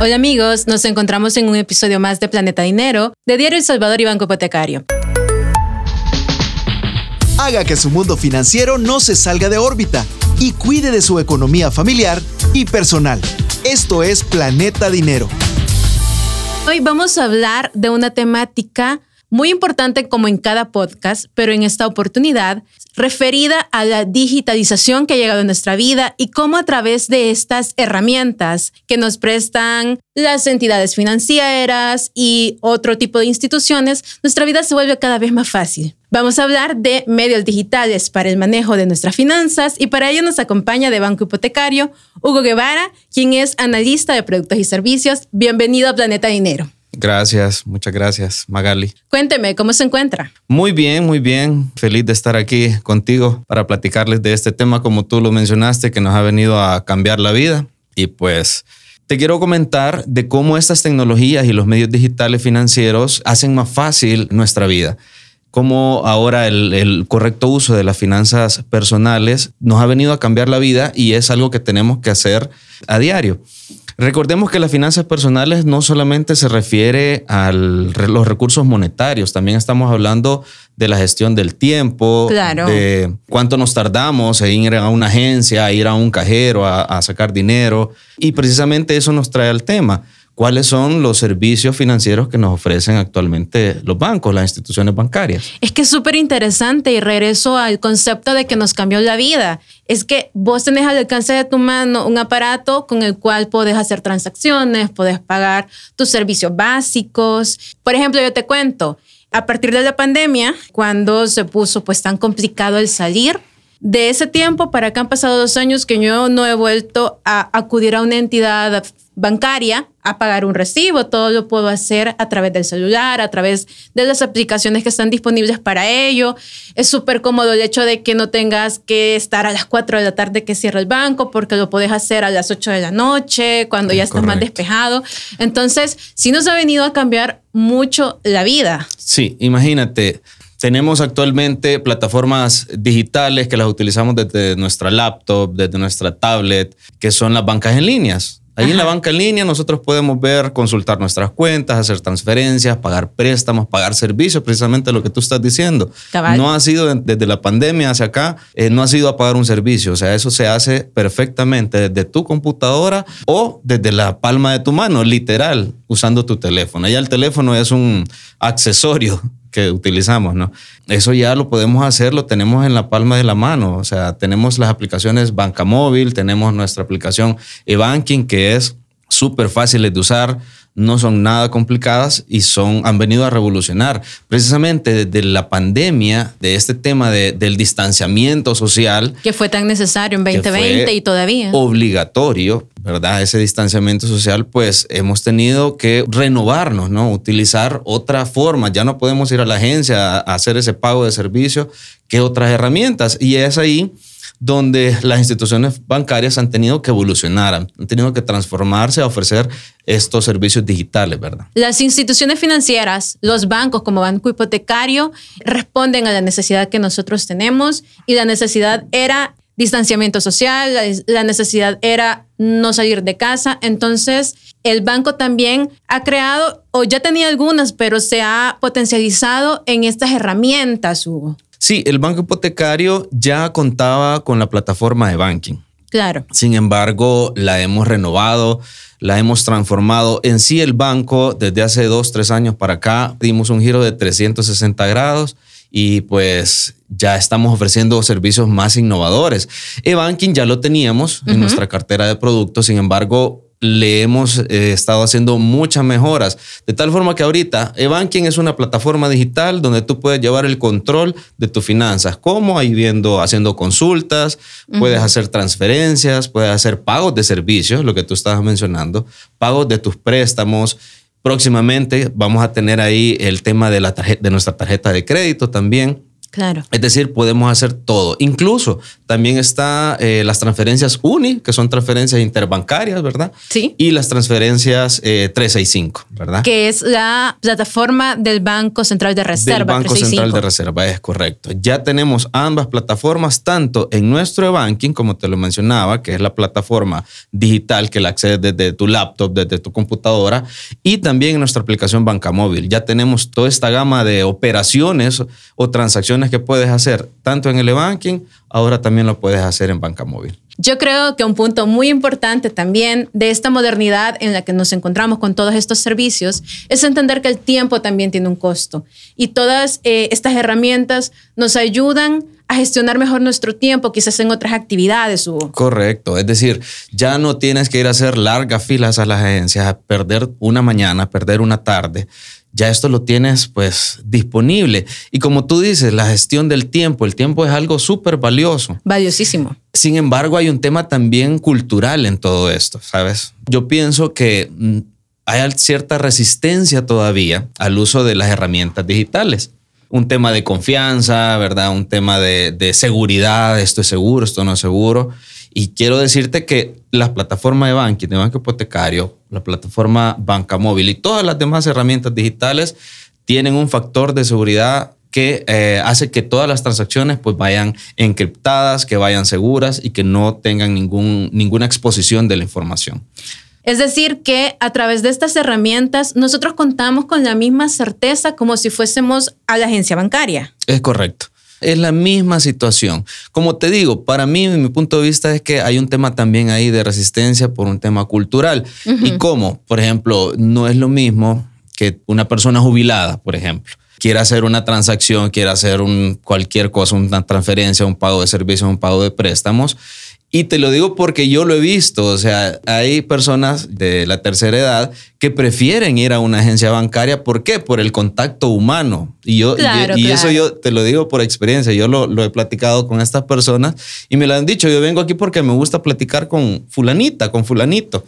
Hola amigos, nos encontramos en un episodio más de Planeta Dinero, de Diario El Salvador y Banco Hipotecario. Haga que su mundo financiero no se salga de órbita y cuide de su economía familiar y personal. Esto es Planeta Dinero. Hoy vamos a hablar de una temática muy importante como en cada podcast, pero en esta oportunidad referida a la digitalización que ha llegado a nuestra vida y cómo a través de estas herramientas que nos prestan las entidades financieras y otro tipo de instituciones, nuestra vida se vuelve cada vez más fácil. Vamos a hablar de medios digitales para el manejo de nuestras finanzas y para ello nos acompaña de Banco Hipotecario Hugo Guevara, quien es analista de productos y servicios. Bienvenido a Planeta Dinero. Gracias, muchas gracias, Magali. Cuénteme, ¿cómo se encuentra? Muy bien, muy bien. Feliz de estar aquí contigo para platicarles de este tema, como tú lo mencionaste, que nos ha venido a cambiar la vida. Y pues te quiero comentar de cómo estas tecnologías y los medios digitales financieros hacen más fácil nuestra vida. Cómo ahora el correcto uso de las finanzas personales nos ha venido a cambiar la vida y es algo que tenemos que hacer a diario. Recordemos que las finanzas personales no solamente se refiere a los recursos monetarios, también estamos hablando de la gestión del tiempo, claro, de cuánto nos tardamos en ir a una agencia, a ir a un cajero, a sacar dinero. Y precisamente eso nos trae al tema. ¿Cuáles son los servicios financieros que nos ofrecen actualmente los bancos, las instituciones bancarias? Es que es súper interesante y regreso al concepto de que nos cambió la vida. Es que vos tenés al alcance de tu mano un aparato con el cual podés hacer transacciones, podés pagar tus servicios básicos. Por ejemplo, yo te cuento, a partir de la pandemia, cuando se puso pues tan complicado el salir, de ese tiempo para acá han pasado 2 años que yo no he vuelto a acudir a una entidad bancaria a pagar un recibo. Todo lo puedo hacer a través del celular, a través de las aplicaciones que están disponibles para ello. Es súper cómodo el hecho de que no tengas que estar a las 4 de la tarde que cierra el banco, porque lo puedes hacer a las 8 de la noche, cuando ya estás más despejado. Entonces, sí nos ha venido a cambiar mucho la vida. Sí, imagínate. Tenemos actualmente plataformas digitales que las utilizamos desde nuestra laptop, desde nuestra tablet, que son las bancas en líneas. Ahí en la banca en línea nosotros podemos ver, consultar nuestras cuentas, hacer transferencias, pagar préstamos, pagar servicios, precisamente lo que tú estás diciendo. Cabal. No ha sido desde la pandemia hacia acá, no ha sido a pagar un servicio. O sea, eso se hace perfectamente desde tu computadora o desde la palma de tu mano, literal, usando tu teléfono. Ya el teléfono es un accesorio que utilizamos, ¿no? Eso ya lo podemos hacer, lo tenemos en la palma de la mano. O sea, tenemos las aplicaciones Banca Móvil, tenemos nuestra aplicación eBanking, que es súper fáciles de usar, no son nada complicadas y han venido a revolucionar. Precisamente desde la pandemia, de este tema del distanciamiento social. Que fue tan necesario en 2020 y todavía. Obligatorio, ¿verdad? Ese distanciamiento social, pues hemos tenido que renovarnos, ¿no? Utilizar otra forma. Ya no podemos ir a la agencia a hacer ese pago de servicio. ¿Qué otras herramientas? Y es ahí donde las instituciones bancarias han tenido que evolucionar, han tenido que transformarse a ofrecer estos servicios digitales, ¿verdad? Las instituciones financieras, los bancos como Banco Hipotecario, responden a la necesidad que nosotros tenemos y la necesidad era distanciamiento social, la necesidad era no salir de casa. Entonces, el banco también ha creado, o ya tenía algunas, pero se ha potencializado en estas herramientas, Hugo. Sí, el Banco Hipotecario ya contaba con la plataforma de banking. Claro. Sin embargo, la hemos renovado, la hemos transformado. En sí, el banco, desde hace 2-3 años para acá, dimos un giro de 360 grados y pues ya estamos ofreciendo servicios más innovadores. eBanking ya lo teníamos en nuestra cartera de productos, sin embargo, le hemos estado haciendo muchas mejoras, de tal forma que ahorita eBanking es una plataforma digital donde tú puedes llevar el control de tus finanzas, como ahí haciendo consultas, puedes hacer transferencias, puedes hacer pagos de servicios, lo que tú estabas mencionando, pagos de tus préstamos. Próximamente vamos a tener ahí el tema de nuestra tarjeta de crédito también. Claro. Es decir, podemos hacer todo. Incluso también está las transferencias UNI, que son transferencias interbancarias, ¿verdad? Sí. Y las transferencias 365, ¿verdad? Que es la plataforma del Banco Central de Reserva. Del Banco 365. Central de Reserva, es correcto. Ya tenemos ambas plataformas, tanto en nuestro e-banking, como te lo mencionaba, que es la plataforma digital que la accedes desde tu laptop, desde tu computadora, y también en nuestra aplicación Banca Móvil. Ya tenemos toda esta gama de operaciones o transacciones que puedes hacer tanto en el e-banking, ahora también lo puedes hacer en Banca Móvil. Yo creo que un punto muy importante también de esta modernidad en la que nos encontramos con todos estos servicios es entender que el tiempo también tiene un costo. Y todas estas herramientas nos ayudan a gestionar mejor nuestro tiempo, quizás en otras actividades, Hugo. Correcto. Es decir, ya no tienes que ir a hacer largas filas a las agencias, a perder una mañana, a perder una tarde. Ya esto lo tienes pues disponible. Y como tú dices, la gestión del tiempo, el tiempo es algo súper valioso. Valiosísimo. Sin embargo, hay un tema también cultural en todo esto, ¿sabes? Yo pienso que hay cierta resistencia todavía al uso de las herramientas digitales. Un tema de confianza, ¿verdad? Un tema de seguridad, esto es seguro, esto no es seguro. Y quiero decirte que las plataformas de banking, de banco hipotecario, la plataforma Banca Móvil y todas las demás herramientas digitales tienen un factor de seguridad que hace que todas las transacciones pues vayan encriptadas, que vayan seguras y que no tengan ninguna exposición de la información. Es decir, que a través de estas herramientas nosotros contamos con la misma certeza como si fuésemos a la agencia bancaria. Es correcto. Es la misma situación. Como te digo, para mí, mi punto de vista es que hay un tema también ahí de resistencia por un tema cultural. Uh-huh. ¿Y cómo? Por ejemplo, no es lo mismo que una persona jubilada, por ejemplo, quiera hacer una transacción, quiera hacer cualquier cosa, una transferencia, un pago de servicios, un pago de préstamos. Y te lo digo porque yo lo he visto. O sea, hay personas de la tercera edad que prefieren ir a una agencia bancaria. ¿Por qué? Por el contacto humano. Y eso yo te lo digo por experiencia. Yo lo he platicado con estas personas y me lo han dicho. Yo vengo aquí porque me gusta platicar con fulanita, con fulanito.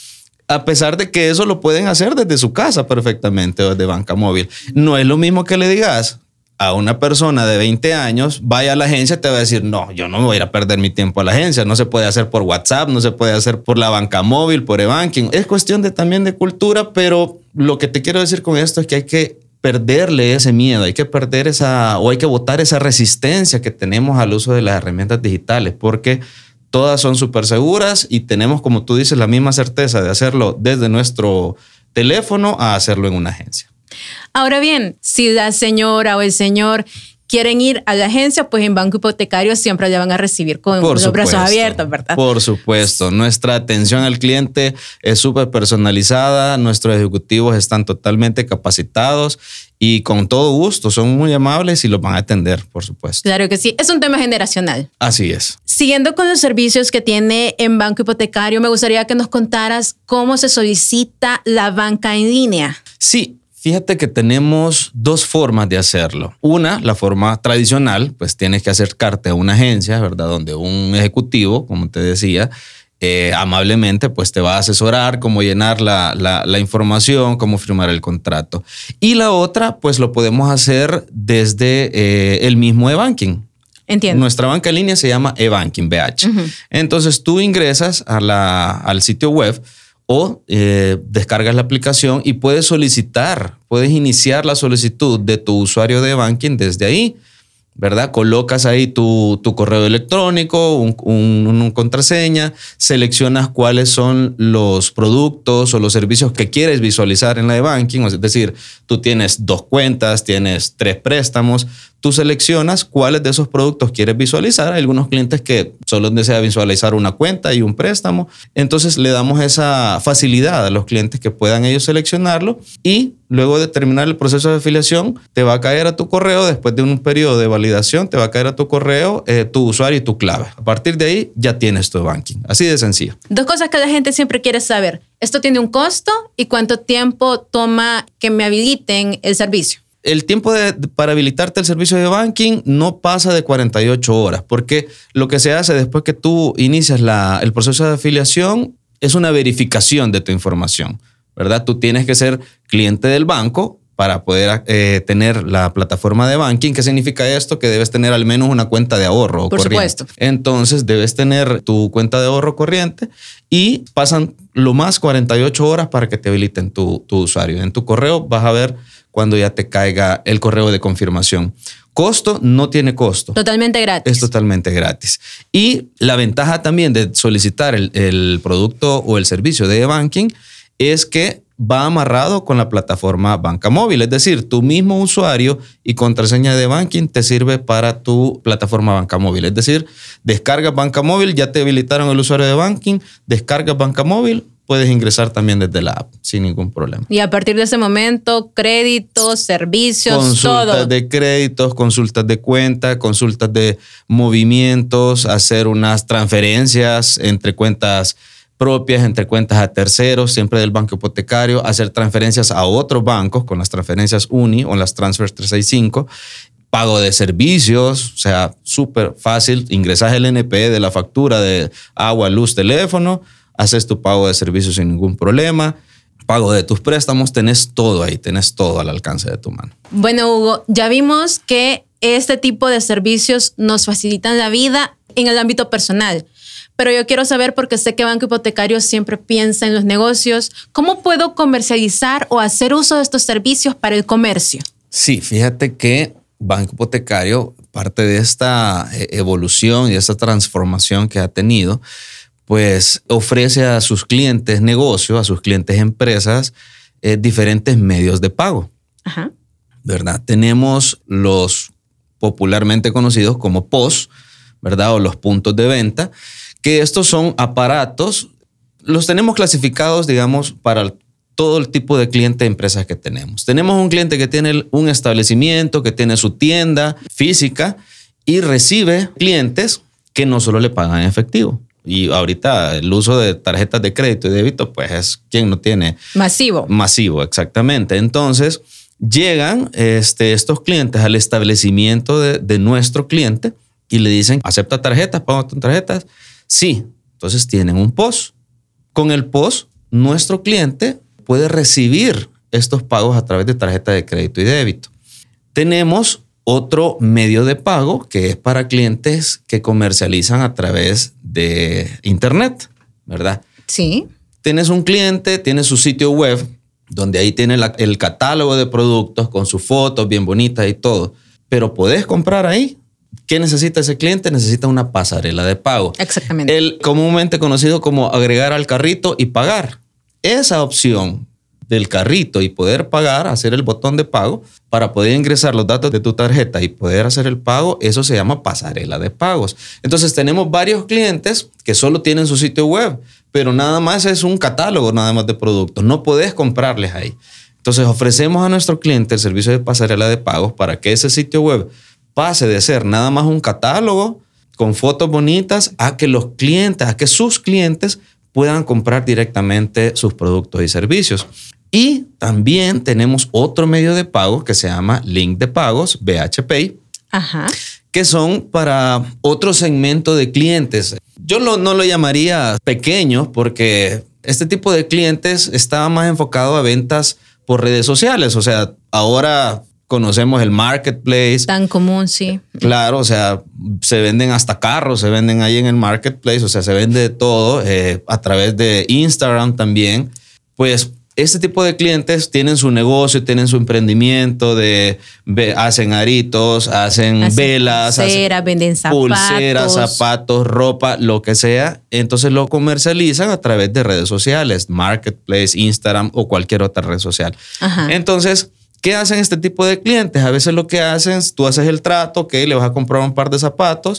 A pesar de que eso lo pueden hacer desde su casa perfectamente o desde Banca Móvil. No es lo mismo que le digas a una persona de 20 años, vaya a la agencia, te va a decir, no, yo no me voy a ir a perder mi tiempo a la agencia. No se puede hacer por WhatsApp, no se puede hacer por la Banca Móvil, por e-banking. Es cuestión también de cultura, pero lo que te quiero decir con esto es que hay que perderle ese miedo, hay que hay que botar esa resistencia que tenemos al uso de las herramientas digitales, porque todas son súper seguras y tenemos, como tú dices, la misma certeza de hacerlo desde nuestro teléfono a hacerlo en una agencia. Ahora bien, si la señora o el señor quieren ir a la agencia, pues en Banco Hipotecario siempre la van a recibir con los brazos abiertos, ¿verdad? Por supuesto. Nuestra atención al cliente es súper personalizada. Nuestros ejecutivos están totalmente capacitados y con todo gusto son muy amables y los van a atender, por supuesto. Claro que sí. Es un tema generacional. Así es. Siguiendo con los servicios que tiene en Banco Hipotecario, me gustaría que nos contaras cómo se solicita la banca en línea. Sí. Fíjate que tenemos dos formas de hacerlo. Una, la forma tradicional, pues tienes que acercarte a una agencia, ¿verdad? Donde un ejecutivo, como te decía, amablemente pues te va a asesorar cómo llenar la información, cómo firmar el contrato. Y la otra, pues lo podemos hacer desde el mismo e-banking. Entiendo. Nuestra banca en línea se llama e-banking, BH. Uh-huh. Entonces tú ingresas al sitio web o descargas la aplicación y puedes iniciar la solicitud de tu usuario de banking desde ahí, ¿verdad? Colocas ahí tu correo electrónico, una contraseña, seleccionas cuáles son los productos o los servicios que quieres visualizar en la de banking. Es decir, tú tienes 2 cuentas, tienes 3 préstamos. Tú seleccionas cuáles de esos productos quieres visualizar. Hay algunos clientes que solo desean visualizar una cuenta y un préstamo. Entonces le damos esa facilidad a los clientes que puedan ellos seleccionarlo y luego de terminar el proceso de afiliación te va a caer a tu correo, después de un periodo de validación, te va a caer a tu correo tu usuario y tu clave. A partir de ahí ya tienes tu banking. Así de sencillo. 2 cosas que la gente siempre quiere saber. ¿Esto tiene un costo y cuánto tiempo toma que me habiliten el servicio? El tiempo para habilitarte el servicio de banking no pasa de 48 horas, porque lo que se hace después que tú inicias el proceso de afiliación es una verificación de tu información, ¿verdad? Tú tienes que ser cliente del banco para poder tener la plataforma de banking. ¿Qué significa esto? Que debes tener al menos una cuenta de ahorro Por corriente. supuesto. Entonces debes tener tu cuenta de ahorro corriente y pasan lo más 48 horas para que te habiliten tu usuario. En tu correo vas a ver cuando ya te caiga el correo de confirmación. Costo, no tiene costo. Totalmente gratis. Es totalmente gratis. Y la ventaja también de solicitar el producto o el servicio de banking es que va amarrado con la plataforma Banca Móvil. Es decir, tu mismo usuario y contraseña de banking te sirve para tu plataforma Banca Móvil. Es decir, descargas Banca Móvil, ya te habilitaron el usuario de banking, descargas Banca Móvil, puedes ingresar también desde la app sin ningún problema. Y a partir de ese momento, créditos, servicios, consultas todo. de créditos, consultas de cuenta, consultas de movimientos, hacer unas transferencias entre cuentas propias, entre cuentas a terceros, siempre del banco hipotecario, hacer transferencias a otros bancos con las transferencias UNI o las Transfers 365, pago de servicios, o sea, súper fácil. Ingresas el NP de la factura de agua, luz, teléfono, haces tu pago de servicios sin ningún problema, pago de tus préstamos, tenés todo ahí, tenés todo al alcance de tu mano. Bueno, Hugo, ya vimos que este tipo de servicios nos facilitan la vida en el ámbito personal. Pero yo quiero saber, porque sé que Banco Hipotecario siempre piensa en los negocios, ¿cómo puedo comercializar o hacer uso de estos servicios para el comercio? Sí, fíjate que Banco Hipotecario, parte de esta evolución y esta transformación que ha tenido, pues ofrece a sus clientes negocios, a sus clientes empresas, diferentes medios de pago. Ajá. ¿Verdad? Tenemos los popularmente conocidos como POS, ¿verdad? O los puntos de venta, que estos son aparatos, los tenemos clasificados, digamos, para todo el tipo de cliente de empresas que tenemos. Tenemos un cliente que tiene un establecimiento, que tiene su tienda física y recibe clientes que no solo le pagan en efectivo. Y ahorita el uso de tarjetas de crédito y débito, pues es quien no tiene. Masivo. Masivo, exactamente. Entonces llegan estos clientes al establecimiento de nuestro cliente y le dicen, ¿acepta tarjetas? ¿Pago con tarjetas? Sí. Entonces tienen un POS. Con el POS, nuestro cliente puede recibir estos pagos a través de tarjeta de crédito y débito. Tenemos otro medio de pago que es para clientes que comercializan a través de Internet, ¿verdad? Sí. Tienes un cliente, tiene su sitio web, donde ahí tiene el catálogo de productos con sus fotos bien bonitas y todo, pero podés comprar ahí. ¿Qué necesita ese cliente? Necesita una pasarela de pago. Exactamente. El comúnmente conocido como agregar al carrito y pagar. Esa opción del carrito y poder pagar, hacer el botón de pago para poder ingresar los datos de tu tarjeta y poder hacer el pago, eso se llama pasarela de pagos. Entonces tenemos varios clientes que solo tienen su sitio web, pero nada más es un catálogo nada más de productos. No podés comprarles ahí. Entonces ofrecemos a nuestro cliente el servicio de pasarela de pagos para que ese sitio web pase de ser nada más un catálogo con fotos bonitas a que los clientes, a que sus clientes puedan comprar directamente sus productos y servicios. Y también tenemos otro medio de pago que se llama Link de Pagos, BHPay, Ajá. que son para otro segmento de clientes. Yo no lo llamaría pequeños porque este tipo de clientes está más enfocado a ventas por redes sociales. O sea, ahora conocemos el marketplace. Tan común, sí. Claro, o sea, se venden hasta carros, se venden ahí en el marketplace, o sea, se vende de todo a través de Instagram también. Pues este tipo de clientes tienen su negocio, tienen su emprendimiento, hacen aritos, hacen velas, venden pulseras, zapatos, ropa, lo que sea. Entonces lo comercializan a través de redes sociales, marketplace, Instagram o cualquier otra red social. Ajá. Entonces, ¿qué hacen este tipo de clientes? A veces lo que hacen es, tú haces el trato, que le vas a comprar un par de zapatos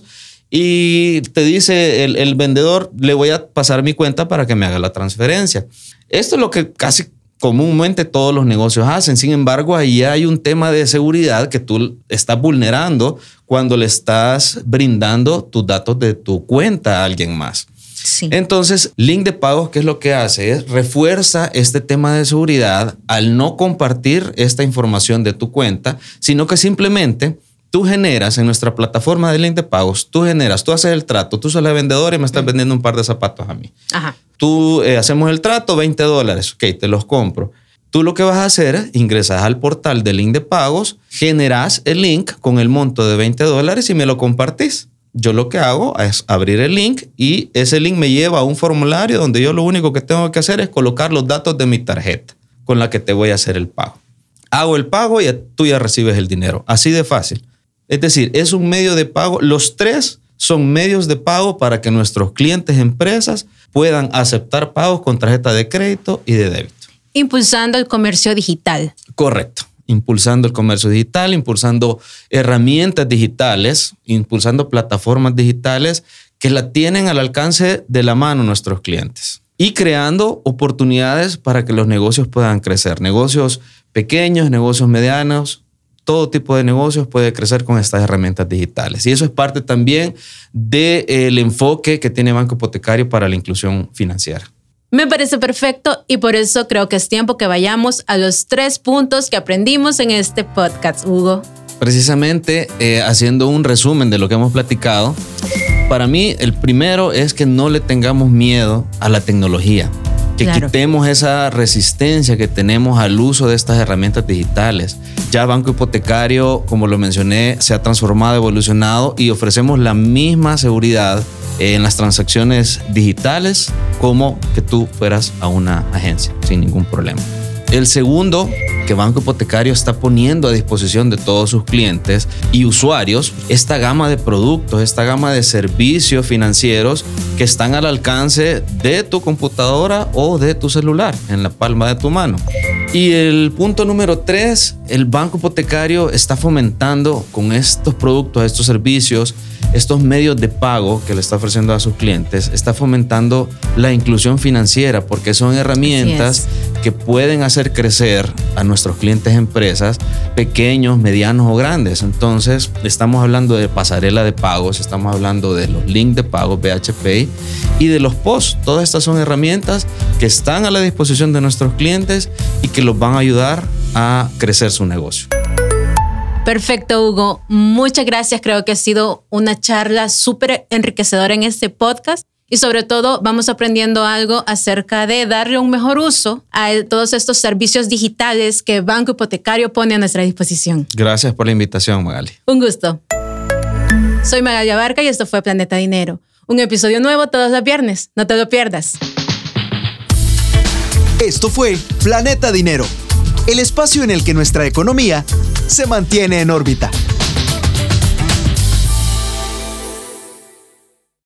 y te dice el vendedor, le voy a pasar mi cuenta para que me haga la transferencia. Esto es lo que casi comúnmente todos los negocios hacen. Sin embargo, ahí hay un tema de seguridad que tú estás vulnerando cuando le estás brindando tus datos de tu cuenta a alguien más. Sí. Entonces, Link de Pagos, ¿qué es lo que hace? Es refuerza este tema de seguridad al no compartir esta información de tu cuenta, sino que simplemente tú generas en nuestra plataforma de Link de Pagos, tú haces el trato, tú sos la vendedora y me estás vendiendo un par de zapatos a mí. Ajá. Tú hacemos el trato, $20, ok, te los compro. Tú lo que vas a hacer, ingresas al portal de link de pagos, generas el link con el monto de $20 y me lo compartís. Yo lo que hago es abrir el link y ese link me lleva a un formulario donde yo lo único que tengo que hacer es colocar los datos de mi tarjeta con la que te voy a hacer el pago. Hago el pago y tú ya recibes el dinero. Así de fácil. Es decir, es un medio de pago. Los tres son medios de pago para que nuestros clientes, empresas, puedan aceptar pagos con tarjeta de crédito y de débito. Impulsando el comercio digital. Correcto. Impulsando el comercio digital, impulsando herramientas digitales, impulsando plataformas digitales que la tienen al alcance de la mano nuestros clientes y creando oportunidades para que los negocios puedan crecer. Negocios pequeños, negocios medianos, todo tipo de negocios puede crecer con estas herramientas digitales. Y eso es parte también del enfoque que tiene Banco Hipotecario para la inclusión financiera. Me parece perfecto y por eso creo que es tiempo que vayamos a los 3 puntos que aprendimos en este podcast, Hugo. Precisamente haciendo un resumen de lo que hemos platicado, para mí el primero es que no le tengamos miedo a la tecnología, que quitemos esa resistencia que tenemos al uso de estas herramientas digitales. Ya Banco Hipotecario, como lo mencioné, se ha transformado, evolucionado y ofrecemos la misma seguridad en las transacciones digitales como que tú fueras a una agencia sin ningún problema. El segundo, que Banco Hipotecario está poniendo a disposición de todos sus clientes y usuarios esta gama de productos, esta gama de servicios financieros que están al alcance de tu computadora o de tu celular, en la palma de tu mano. Y el punto número 3, el Banco Hipotecario está fomentando con estos productos, estos servicios, estos medios de pago que le está ofreciendo a sus clientes, está fomentando la inclusión financiera porque son herramientas que pueden hacer crecer a nuestros clientes empresas, pequeños, medianos o grandes. Entonces, estamos hablando de pasarela de pagos, estamos hablando de los links de pagos, BHP, y de los POS. Todas estas son herramientas que están a la disposición de nuestros clientes y que los van a ayudar a crecer su negocio. Perfecto, Hugo. Muchas gracias. Creo que ha sido una charla súper enriquecedora en este podcast y sobre todo vamos aprendiendo algo acerca de darle un mejor uso a todos estos servicios digitales que Banco Hipotecario pone a nuestra disposición. Gracias por la invitación, Magali. Un gusto. Soy Magali Abarca y esto fue Planeta Dinero. Un episodio nuevo todos los viernes. No te lo pierdas. Esto fue Planeta Dinero, el espacio en el que nuestra economía se mantiene en órbita.